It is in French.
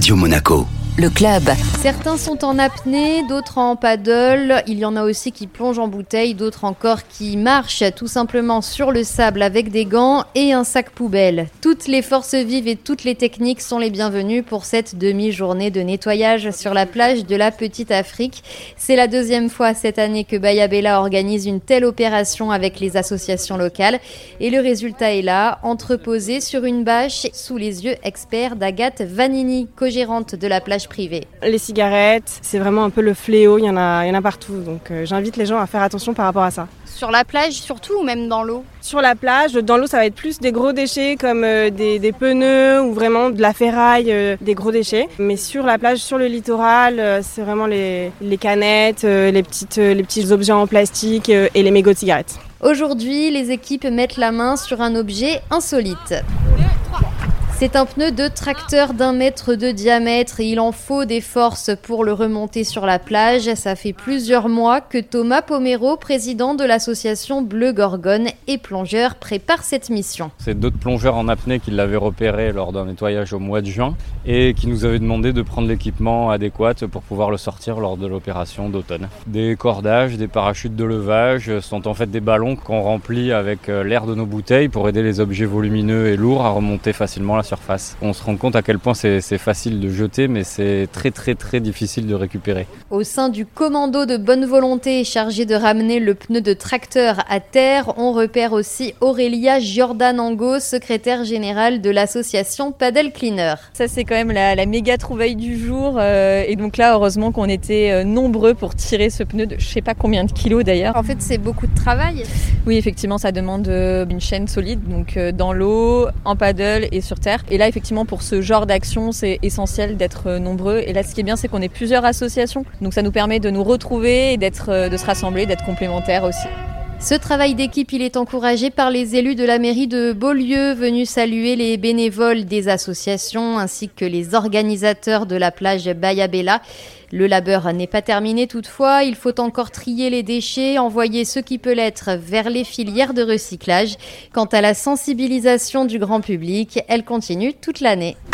Radio Monaco. Le club. Certains sont en apnée, d'autres en paddle. Il y en a aussi qui plongent en bouteille, d'autres encore qui marchent tout simplement sur le sable avec des gants et un sac poubelle. Toutes les forces vives et toutes les techniques sont les bienvenues pour cette demi-journée de nettoyage sur la plage de la Petite Afrique. C'est la deuxième fois cette année que Bayabella organise une telle opération avec les associations locales. Et le résultat est là, entreposé sur une bâche sous les yeux experts d'Agathe Vanini, co-gérante de la plage privée. Les cigarettes, c'est vraiment un peu le fléau, il y en a partout. Donc j'invite les gens à faire attention par rapport à ça. Sur la plage surtout ou même dans l'eau ? Sur la plage, dans l'eau ça va être plus des gros déchets comme des pneus ou vraiment de la ferraille, des gros déchets. Mais sur la plage, sur le littoral, c'est vraiment les canettes, les petits objets en plastique et les mégots de cigarettes. Aujourd'hui, les équipes mettent la main sur un objet insolite. C'est un pneu de tracteur d'1 mètre de diamètre et il en faut des forces pour le remonter sur la plage. Ça fait plusieurs mois que Thomas Pomero, président de l'association Bleu Gorgone et plongeur, prépare cette mission. C'est d'autres plongeurs en apnée qui l'avaient repéré lors d'un nettoyage au mois de juin et qui nous avaient demandé de prendre l'équipement adéquat pour pouvoir le sortir lors de l'opération d'automne. Des cordages, des parachutes de levage sont en fait des ballons qu'on remplit avec l'air de nos bouteilles pour aider les objets volumineux et lourds à remonter facilement la surface. On se rend compte à quel point c'est facile de jeter, mais c'est très difficile de récupérer. Au sein du commando de bonne volonté chargé de ramener le pneu de tracteur à terre, on repère aussi Aurélia Giordanango, secrétaire générale de l'association Paddle Cleaner. Ça c'est quand même la méga trouvaille du jour et donc là heureusement qu'on était nombreux pour tirer ce pneu de je sais pas combien de kilos d'ailleurs. En fait c'est beaucoup de travail. Oui effectivement ça demande une chaîne solide donc dans l'eau, en paddle et sur terre. Et là, effectivement, pour ce genre d'action, c'est essentiel d'être nombreux. Et là, ce qui est bien, c'est qu'on est plusieurs associations. Donc, ça nous permet de nous retrouver et de se rassembler, d'être complémentaires aussi. Ce travail d'équipe, il est encouragé par les élus de la mairie de Beaulieu, venus saluer les bénévoles des associations ainsi que les organisateurs de la plage Bayabella. Le labeur n'est pas terminé toutefois, il faut encore trier les déchets, envoyer ce qui peut l'être vers les filières de recyclage. Quant à la sensibilisation du grand public, elle continue toute l'année.